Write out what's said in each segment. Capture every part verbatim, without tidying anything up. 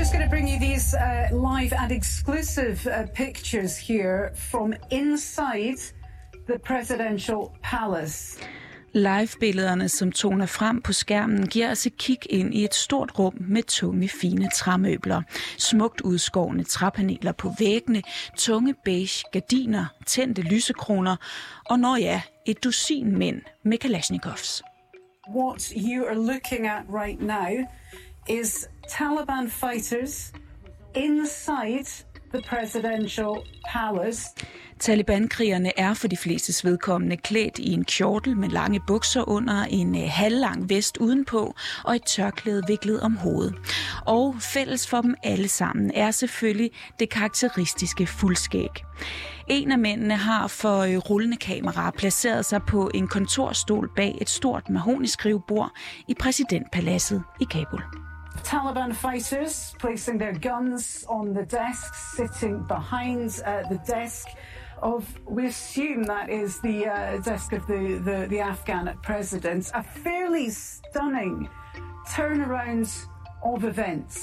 just going to bring you these uh, live and exclusive uh, pictures here from inside the presidential palace. Live-billederne, som toner frem på skærmen, giver os et kig ind i et stort rum med tunge, fine træmøbler, smukt udskårne træpaneler på væggene, tunge beige gardiner, tændte lysekroner og, når ja, et dusin mænd med Kalashnikovs. What you are looking at right now is Taliban fighters inside the presidential palace. Taliban-krigerne er for de flestes vedkommende klædt i en kjortel med lange bukser under, en halvlang vest udenpå og et tørklæde viklet om hovedet. Og fælles for dem alle sammen er selvfølgelig det karakteristiske fuldskæg. En af mændene har for rullende kamera placeret sig på en kontorstol bag et stort mahoniskrivebord i præsidentpaladset i Kabul. Taliban fighters placing their guns on the desk, sitting behind uh, the desk of, we assume that is the uh, desk of the, the, the Afghan president. A fairly stunning turnaround of events.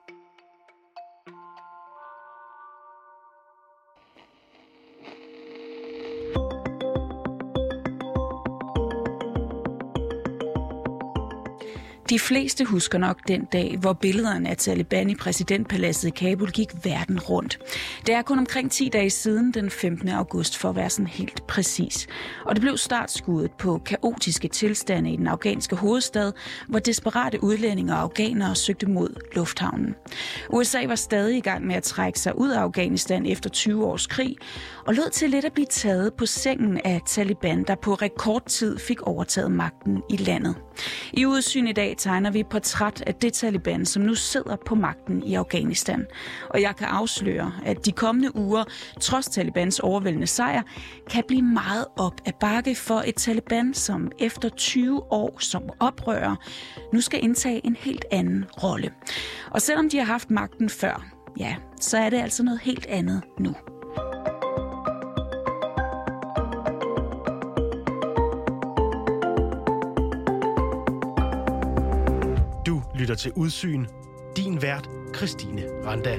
De fleste husker nok den dag, hvor billederne af Taliban i præsidentpaladset i Kabul gik verden rundt. Det er kun omkring ti dage siden, den femtende august, for at være sådan helt præcis. Og det blev startskuddet på kaotiske tilstande i den afghanske hovedstad, hvor desperate udlændinge og afghanere søgte mod lufthavnen. U S A var stadig i gang med at trække sig ud af Afghanistan efter tyve års krig, og lod til lidt at blive taget på sengen af Taliban, der på rekordtid fik overtaget magten i landet. I Udsyn i dag tegner vi et portræt af det Taliban, som nu sidder på magten i Afghanistan. Og jeg kan afsløre, at de kommende uger, trods Talibans overvældende sejr, kan blive meget op ad bakke for et Taliban, som efter tyve år som oprører, nu skal indtage en helt anden rolle. Og selvom de har haft magten før, ja, så er det altså noget helt andet nu. Du lytter til Udsyn. Din vært, Christine Randa.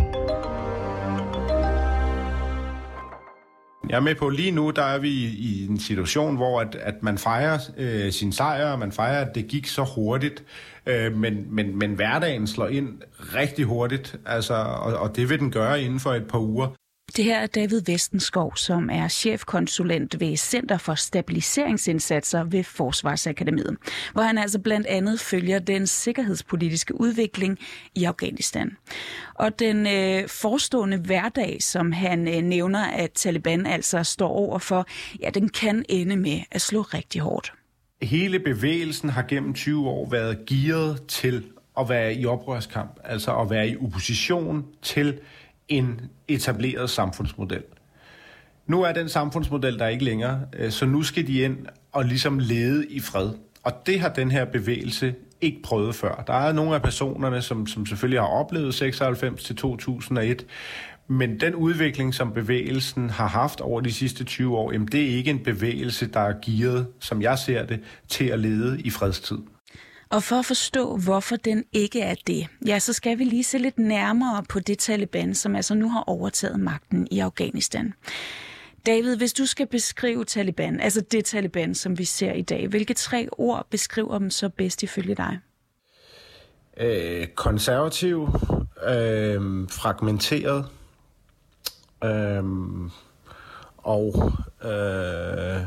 Jeg er med på, lige nu, der er vi i en situation, hvor at, at man fejrer øh, sin sejr, og man fejrer, at det gik så hurtigt, øh, men, men, men hverdagen slår ind rigtig hurtigt, altså, og, og det vil den gøre inden for et par uger. Det her er David Vestenskov, som er chefkonsulent ved Center for Stabiliseringsindsatser ved Forsvarsakademiet, hvor han altså blandt andet følger den sikkerhedspolitiske udvikling i Afghanistan. Og den øh, forestående hverdag, som han øh, nævner, at Taliban altså står overfor, ja, den kan ende med at slå rigtig hårdt. Hele bevægelsen har gennem tyve år været gearet til at være i oprørskamp, altså at være i opposition til en etableret samfundsmodel. Nu er den samfundsmodel der ikke længere, så nu skal de ind og ligesom lede i fred. Og det har den her bevægelse ikke prøvet før. Der er nogle af personerne, som, som selvfølgelig har oplevet seksoghalvfems til to tusind og et, men den udvikling, som bevægelsen har haft over de sidste tyve år, jamen det er ikke en bevægelse, der er gearet, som jeg ser det, til at lede i fredstid. Og for at forstå, hvorfor den ikke er det, ja, så skal vi lige se lidt nærmere på det Taliban, som altså nu har overtaget magten i Afghanistan. David, hvis du skal beskrive Taliban, altså det Taliban, som vi ser i dag, hvilke tre ord beskriver dem så bedst ifølge dig? Øh, konservativ, øh, fragmenteret øh, og øh,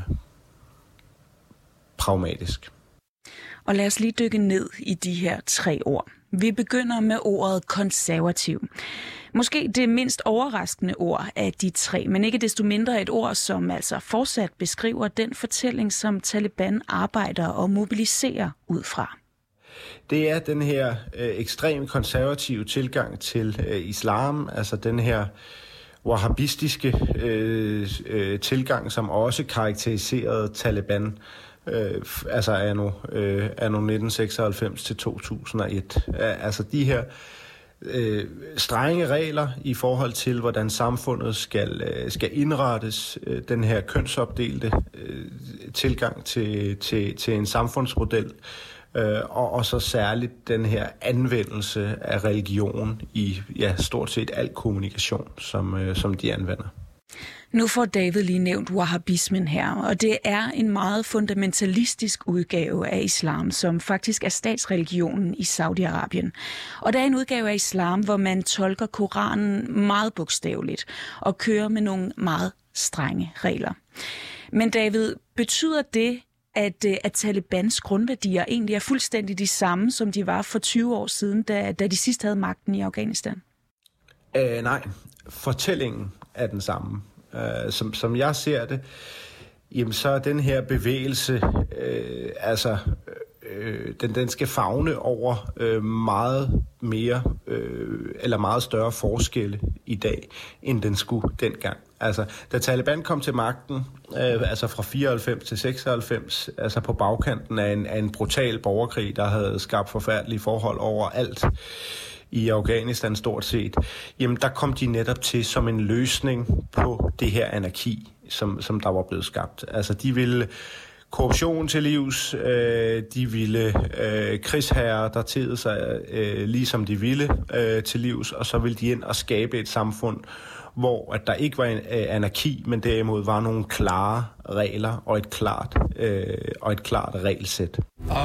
pragmatisk. Og lad os lige dykke ned i de her tre ord. Vi begynder med ordet konservativ. Måske det mindst overraskende ord af de tre, men ikke desto mindre et ord, som altså fortsat beskriver den fortælling, som Taliban arbejder og mobiliserer ud fra. Det er den her øh, ekstremt konservative tilgang til øh, islam, altså den her wahhabistiske øh, øh, tilgang, som også karakteriserede Taliban. Øh, altså anno, øh, anno nitten seksoghalvfems til to tusind og et. Altså de her øh, strenge regler i forhold til, hvordan samfundet skal, øh, skal indrettes, øh, den her kønsopdelte øh, tilgang til, til, til en samfundsmodel, øh, og, og så særligt den her anvendelse af religion i ja, stort set al kommunikation, som, øh, som de anvender. Nu får David lige nævnt wahhabismen her, og det er en meget fundamentalistisk udgave af islam, som faktisk er statsreligionen i Saudi-Arabien. Og det er en udgave af islam, hvor man tolker Koranen meget bogstaveligt og kører med nogle meget strenge regler. Men David, betyder det, at, at Talibans grundværdier egentlig er fuldstændig de samme, som de var for tyve år siden, da, da de sidst havde magten i Afghanistan? Æh, nej, fortællingen er den samme. Uh, som, som jeg ser det, jamen så er den her bevægelse, øh, altså, øh, den, den skal favne over øh, meget mere, øh, eller meget større forskelle i dag, end den skulle dengang. Altså, da Taliban kom til magten, øh, altså fra fireoghalvfems til seksoghalvfems, altså på bagkanten af en, af en brutal borgerkrig, der havde skabt forfærdelige forhold overalt i Afghanistan stort set, jamen der kom de netop til som en løsning på det her anarki, som, som der var blevet skabt. Altså de ville korruption til livs, øh, de ville øh, krigsherrer, der tedede sig øh, ligesom de ville øh, til livs, og så ville de ind og skabe et samfund, hvor at der ikke var en øh, anarki, men derimod var nogle klare regler og et klart øh, og et klart regelsæt.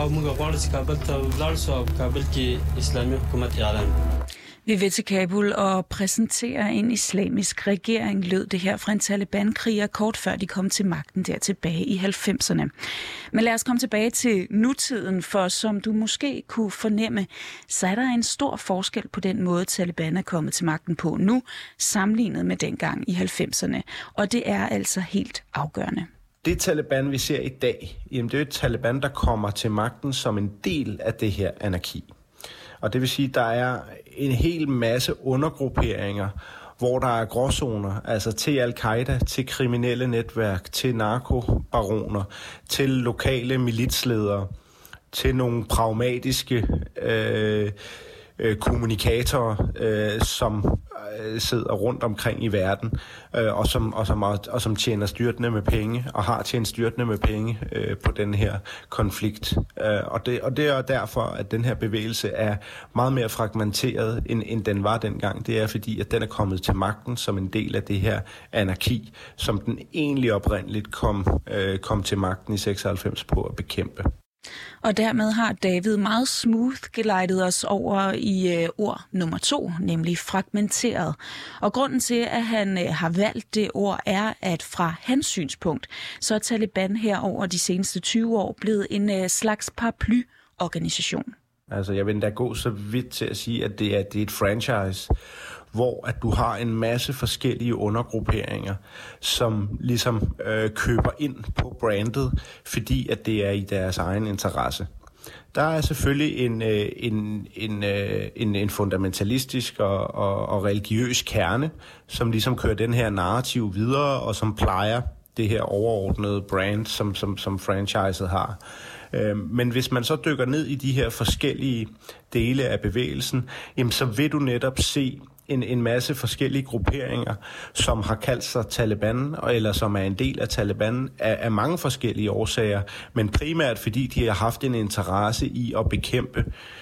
Vi vil til Kabul og præsentere en islamisk regering, lød det her fra en Taliban-kriger kort før de kom til magten der tilbage i halvfemserne. Men lad os komme tilbage til nutiden, for som du måske kunne fornemme, så er der en stor forskel på den måde, Taliban er kommet til magten på nu, sammenlignet med dengang i halvfemserne. Og det er altså helt afgørende. Det Taliban, vi ser i dag, jamen det er et Taliban, der kommer til magten som en del af det her anarki. Og det vil sige, at der er en hel masse undergrupperinger, hvor der er gråzoner, altså til al-Qaida, til kriminelle netværk, til narkobaroner, til lokale militsledere, til nogle pragmatiske øh, øh, kommunikatorer, øh, som øh, sidder rundt omkring i verden, øh, og, som, og, som, og som tjener styrtende med penge, og har tjent styrtende med penge øh, på den her konflikt. Øh, og, det, og det er derfor, at den her bevægelse er meget mere fragmenteret, end, end den var dengang. Det er fordi, at den er kommet til magten som en del af det her anarki, som den egentlig oprindeligt kom, øh, kom til magten i seksoghalvfems på at bekæmpe. Og dermed har David meget smooth gelejtet os over i øh, ord nummer to, nemlig fragmenteret. Og grunden til, at han øh, har valgt det ord, er, at fra hans synspunkt, så er Taliban her over de seneste tyve år blevet en øh, slags paraplyorganisation. Altså, jeg vil endda gå så vidt til at sige, at det er, det er et franchise, hvor at du har en masse forskellige undergrupperinger, som ligesom øh, køber ind på brandet, fordi at det er i deres egen interesse. Der er selvfølgelig en, øh, en, en, øh, en, en fundamentalistisk og, og, og religiøs kerne, som ligesom kører den her narrativ videre, og som plejer det her overordnede brand, som, som, som franchiset har. Men hvis man så dykker ned i de her forskellige dele af bevægelsen, jamen så vil du netop se en, en masse forskellige grupperinger, som har kaldt sig Taliban, eller som er en del af Taliban, af, af mange forskellige årsager, men primært fordi de har haft en interesse i at bekæmpe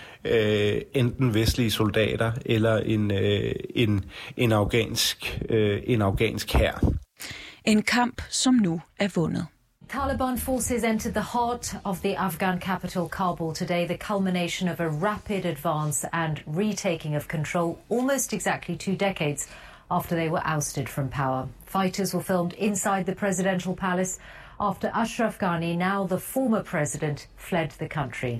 øh, enten vestlige soldater eller en, øh, en, en afghansk, øh, en afghansk hær. En kamp, som nu er vundet. Taliban forces entered the heart of the Afghan capital, Kabul, today, the culmination of a rapid advance and retaking of control almost exactly two decades after they were ousted from power. Fighters were filmed inside the presidential palace after Ashraf Ghani, now the former president, fled the country.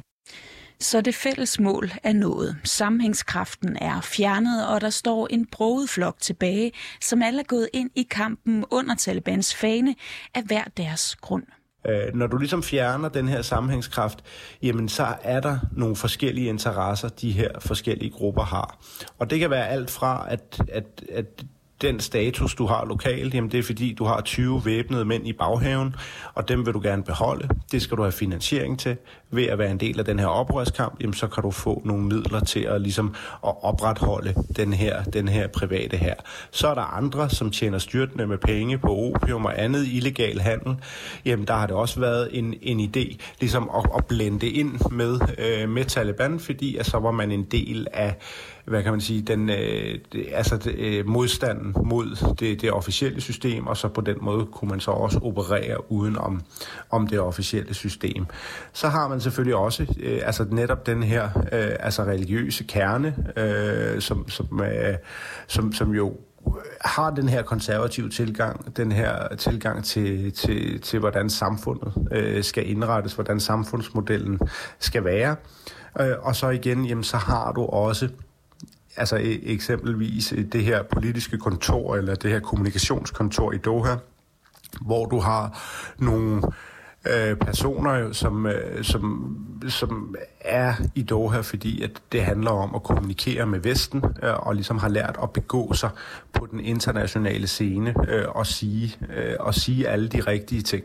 Så det fælles mål er nået. Sammenhængskraften er fjernet, og der står en broget flok tilbage, som alle er gået ind i kampen under Talibans fane af hver deres grund. Når du ligesom fjerner den her sammenhængskraft, jamen så er der nogle forskellige interesser, de her forskellige grupper har. Og det kan være alt fra, at, at, at den status, du har lokalt, jamen det er fordi, du har tyve væbnede mænd i baghaven, og dem vil du gerne beholde. Det skal du have finansiering til. Ved at være en del af den her oprørskamp, jamen så kan du få nogle midler til at, ligesom, at opretholde den her, den her private hær. Så er der andre, som tjener styrtende med penge på opium og andet illegal handel. Jamen der har det også været en, en idé ligesom at, at blende ind med, øh, med Taliban, fordi at så var man en del af, hvad kan man sige, den, øh, det, altså det, øh, modstanden mod det, det officielle system, og så på den måde kunne man så også operere uden om, om det officielle system. Så har man selvfølgelig også øh, altså netop den her øh, altså religiøse kerne, øh, som, som, øh, som, som jo har den her konservative tilgang, den her tilgang til, til, til hvordan samfundet øh, skal indrettes, hvordan samfundsmodellen skal være. Øh, og så igen, jamen, så har du også altså eksempelvis det her politiske kontor, eller det her kommunikationskontor i Doha, hvor du har nogle øh, personer, som, øh, som, som er i Doha, fordi at det handler om at kommunikere med Vesten, øh, og ligesom har lært at begå sig på den internationale scene, øh, og, sige, øh, og sige alle de rigtige ting.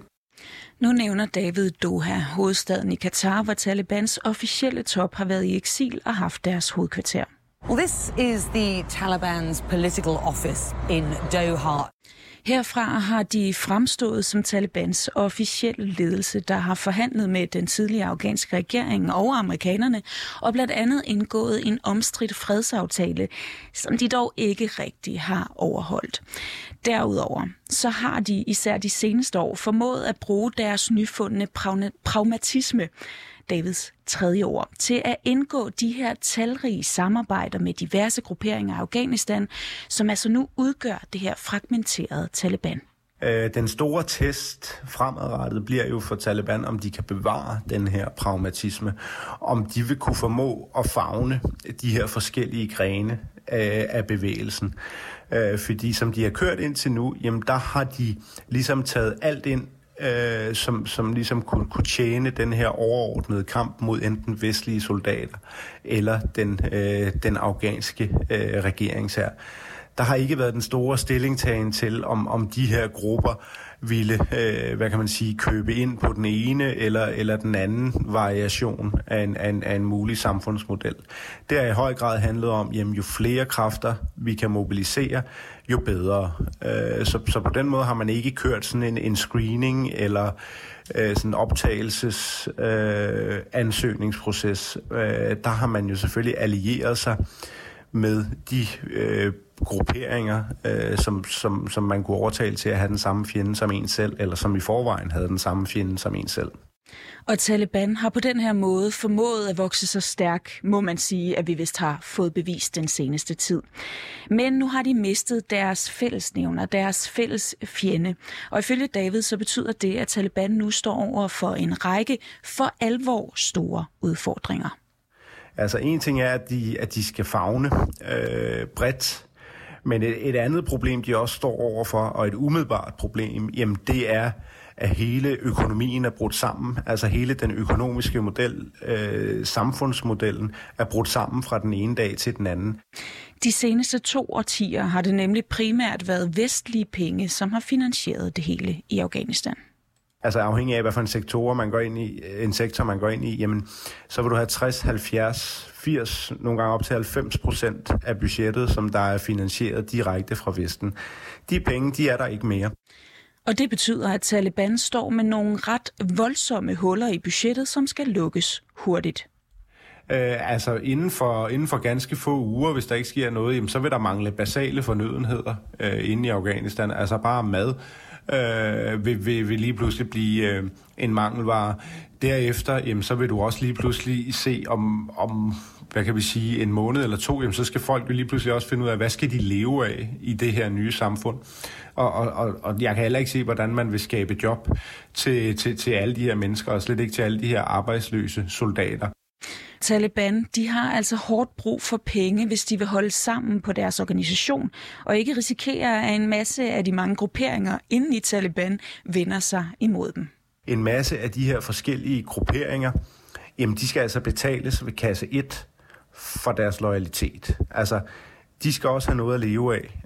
Nu nævner David Doha, hovedstaden i Katar, hvor Talibans officielle top har været i eksil og haft deres hovedkvarter. Well, this is the Taliban's political office in Doha. Herfra har de fremstået som Talibans officielle ledelse, der har forhandlet med den tidligere afghanske regering og amerikanerne, og blandt andet indgået en omstridt fredsaftale, som de dog ikke rigtig har overholdt. Derudover så har de især de seneste år formået at bruge deres nyfundne pragmatisme, Davids tredje ord, til at indgå de her talrige samarbejder med diverse grupperinger af Afghanistan, som altså nu udgør det her fragmenterede Taliban. Den store test fremadrettet bliver jo for Taliban, om de kan bevare den her pragmatisme, om de vil kunne formå at favne de her forskellige grene af bevægelsen. Fordi som de har kørt indtil nu, jamen der har de ligesom taget alt ind, Øh, som, som ligesom kunne, kunne tjene den her overordnede kamp mod enten vestlige soldater eller den, øh, den afghanske øh, regeringshær. Der har ikke været den store stillingtagen til, om, om de her grupper ville, øh, hvad kan man sige, købe ind på den ene eller, eller den anden variation af en, af, en, af en mulig samfundsmodel. Det har i høj grad handlet om, jamen jo flere kræfter vi kan mobilisere, jo bedre. Øh, så, så på den måde har man ikke kørt sådan en, en screening eller øh, sådan en optagelses øh, ansøgningsproces. Øh, der har man jo selvfølgelig allieret sig med de øh, grupperinger, øh, som, som, som man kunne overtale til at have den samme fjende som en selv, eller som i forvejen havde den samme fjende som en selv. Og Taliban har på den her måde formået at vokse så stærk, må man sige, at vi vist har fået bevist den seneste tid. Men nu har de mistet deres fællesnævner, deres fælles fjende. Og ifølge David så betyder det, at Taliban nu står over for en række for alvor store udfordringer. Altså en ting er, at de, at de skal favne øh, bredt, men et, et andet problem, de også står overfor, og et umiddelbart problem, jamen det er, at hele økonomien er brudt sammen. Altså hele den økonomiske model, øh, samfundsmodellen, er brudt sammen fra den ene dag til den anden. De seneste to årtier har det nemlig primært været vestlige penge, som har finansieret det hele i Afghanistan. Altså afhængig af, hvad for en sektor man går ind i, en sektor man går ind i, jamen, så vil du have tres, halvfjerds, firs, nogle gange op til halvfems procent af budgettet, som der er finansieret direkte fra Vesten. De penge, de er der ikke mere. Og det betyder, at Taliban står med nogle ret voldsomme huller i budgettet, som skal lukkes hurtigt. Øh, altså inden for, inden for ganske få uger, hvis der ikke sker noget, jamen, så vil der mangle basale fornødenheder øh, inde i Afghanistan. Altså bare mad øh, vil, vil, vil lige pludselig blive øh, en mangelvare. Derefter, jamen, så vil du også lige pludselig se om, om hvad kan vi sige, en måned eller to, jamen, så skal folk jo lige pludselig også finde ud af, hvad skal de leve af i det her nye samfund. Og, og, og, og jeg kan heller ikke se, hvordan man vil skabe job til, til, til alle de her mennesker, og slet ikke til alle de her arbejdsløse soldater. Taliban, de har altså hårdt brug for penge, hvis de vil holde sammen på deres organisation, og ikke risikere, at en masse af de mange grupperinger inden i Taliban vender sig imod dem. En masse af de her forskellige grupperinger, jamen de skal altså betales ved kasse et for deres loyalitet. Altså, de skal også have noget at leve af.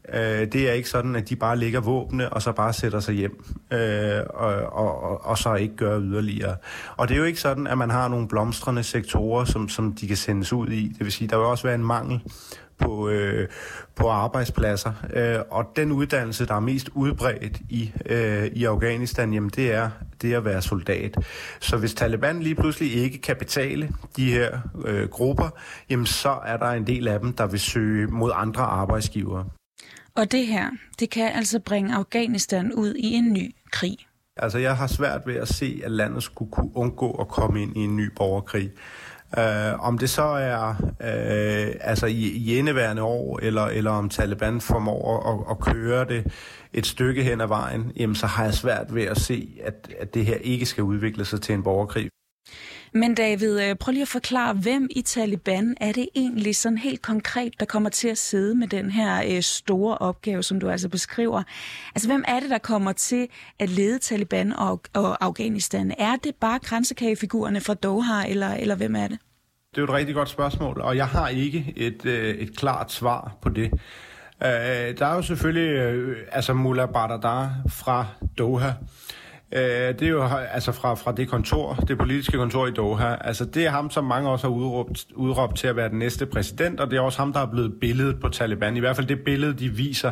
Øh, det er ikke sådan, at de bare lægger våbne og så bare sætter sig hjem øh, og, og, og så ikke gør yderligere. Og det er jo ikke sådan, at man har nogle blomstrende sektorer, som, som de kan sendes ud i. Det vil sige, der vil også være en mangel på, øh, på arbejdspladser. Øh, og den uddannelse, der er mest udbredt i, øh, i Afghanistan, jamen det er, det er at være soldat. Så hvis Taliban lige pludselig ikke kan betale de her øh, grupper, jamen så er der en del af dem, der vil søge mod andre arbejdsgivere. Og det her, det kan altså bringe Afghanistan ud i en ny krig. Altså jeg har svært ved at se, at landet skulle kunne undgå at komme ind i en ny borgerkrig. Uh, om det så er uh, altså i, i indeværende år, eller, eller om Taliban formår at, at køre det et stykke hen ad vejen, jamen, så har jeg svært ved at se, at, at det her ikke skal udvikle sig til en borgerkrig. Men David, prøv lige at forklare, hvem i Taliban er det egentlig sådan helt konkret, der kommer til at sidde med den her øh, store opgave, som du altså beskriver? Altså, hvem er det, der kommer til at lede Taliban og, og Afghanistan? Er det bare kransekagefigurerne fra Doha, eller, eller hvem er det? Det er jo et rigtig godt spørgsmål, og jeg har ikke et, øh, et klart svar på det. Uh, der er jo selvfølgelig uh, altså Mullah Baradar fra Doha. Uh, det er jo altså fra, fra det kontor, det politiske kontor i Doha. Altså det er ham, som mange også har udråbt, udråbt til at være den næste præsident, og det er også ham, der er blevet billedet på Taliban. I hvert fald det billede, de viser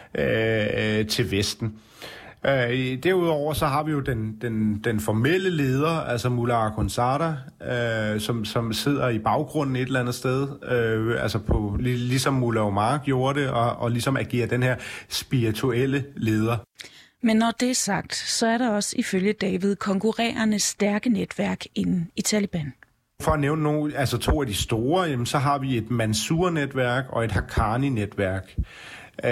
uh, til Vesten. Uh, derudover så har vi jo den, den, den formelle leder, altså Mullah Akhundzada, uh, som, som sidder i baggrunden et eller andet sted, uh, altså på, ligesom Mullah Omar gjorde det, og, og ligesom agerer den her spirituelle leder. Men når det er sagt, så er der også ifølge David konkurrerende stærke netværk inden i Taliban. For at nævne nogle, altså to af de store, jamen, så har vi et Mansour-netværk og et Haqqani-netværk. Uh,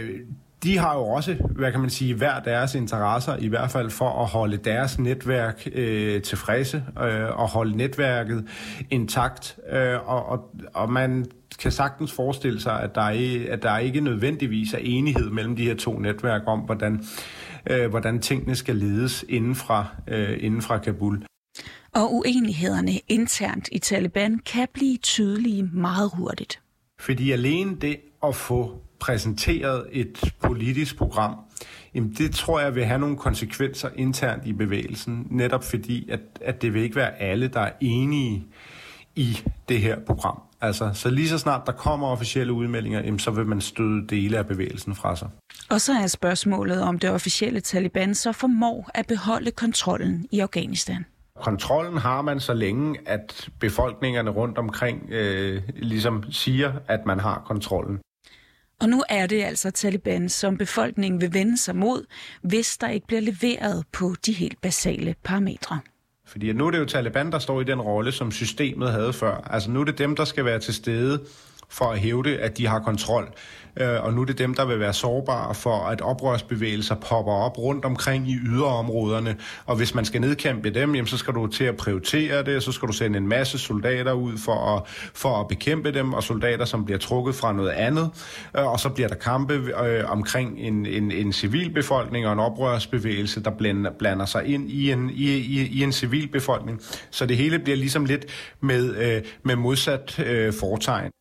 De har jo også, hvad kan man sige, hver deres interesser, i hvert fald for at holde deres netværk øh, tilfredse øh, og holde netværket intakt. Øh, og, og, og man kan sagtens forestille sig, at der, er, at der ikke nødvendigvis er enighed mellem de her to netværk om, hvordan, øh, hvordan tingene skal ledes inden fra, øh, inden fra Kabul. Og uenighederne internt i Taliban kan blive tydelige meget hurtigt. Fordi alene det at få præsenteret et politisk program, jamen det tror jeg vil have nogle konsekvenser internt i bevægelsen, netop fordi, at, at det vil ikke være alle, der er enige i det her program. Altså, så lige så snart der kommer officielle udmeldinger, jamen, så vil man støde dele af bevægelsen fra sig. Og så er spørgsmålet, om det officielle Taliban så formår at beholde kontrollen i Afghanistan. Kontrollen har man så længe, at befolkningerne rundt omkring øh, ligesom siger, at man har kontrollen. Og nu er det altså Taliban, som befolkningen vil vende sig mod, hvis der ikke bliver leveret på de helt basale parametre. Fordi nu er det jo Taliban, der står i den rolle, som systemet havde før. Altså nu er det dem, der skal være til stede for at hævde, at de har kontrol. Og nu er det dem, der vil være sårbare for, at oprørsbevægelser popper op rundt omkring i yderområderne. Og hvis man skal nedkæmpe dem, jamen, så skal du til at prioritere det, så skal du sende en masse soldater ud for at, for at bekæmpe dem, og soldater, som bliver trukket fra noget andet. Og så bliver der kampe øh, omkring en, en, en civilbefolkning og en oprørsbevægelse, der blander, blander sig ind i en, i, i, i en civilbefolkning. Så det hele bliver ligesom lidt med, øh, med modsat øh, fortegn.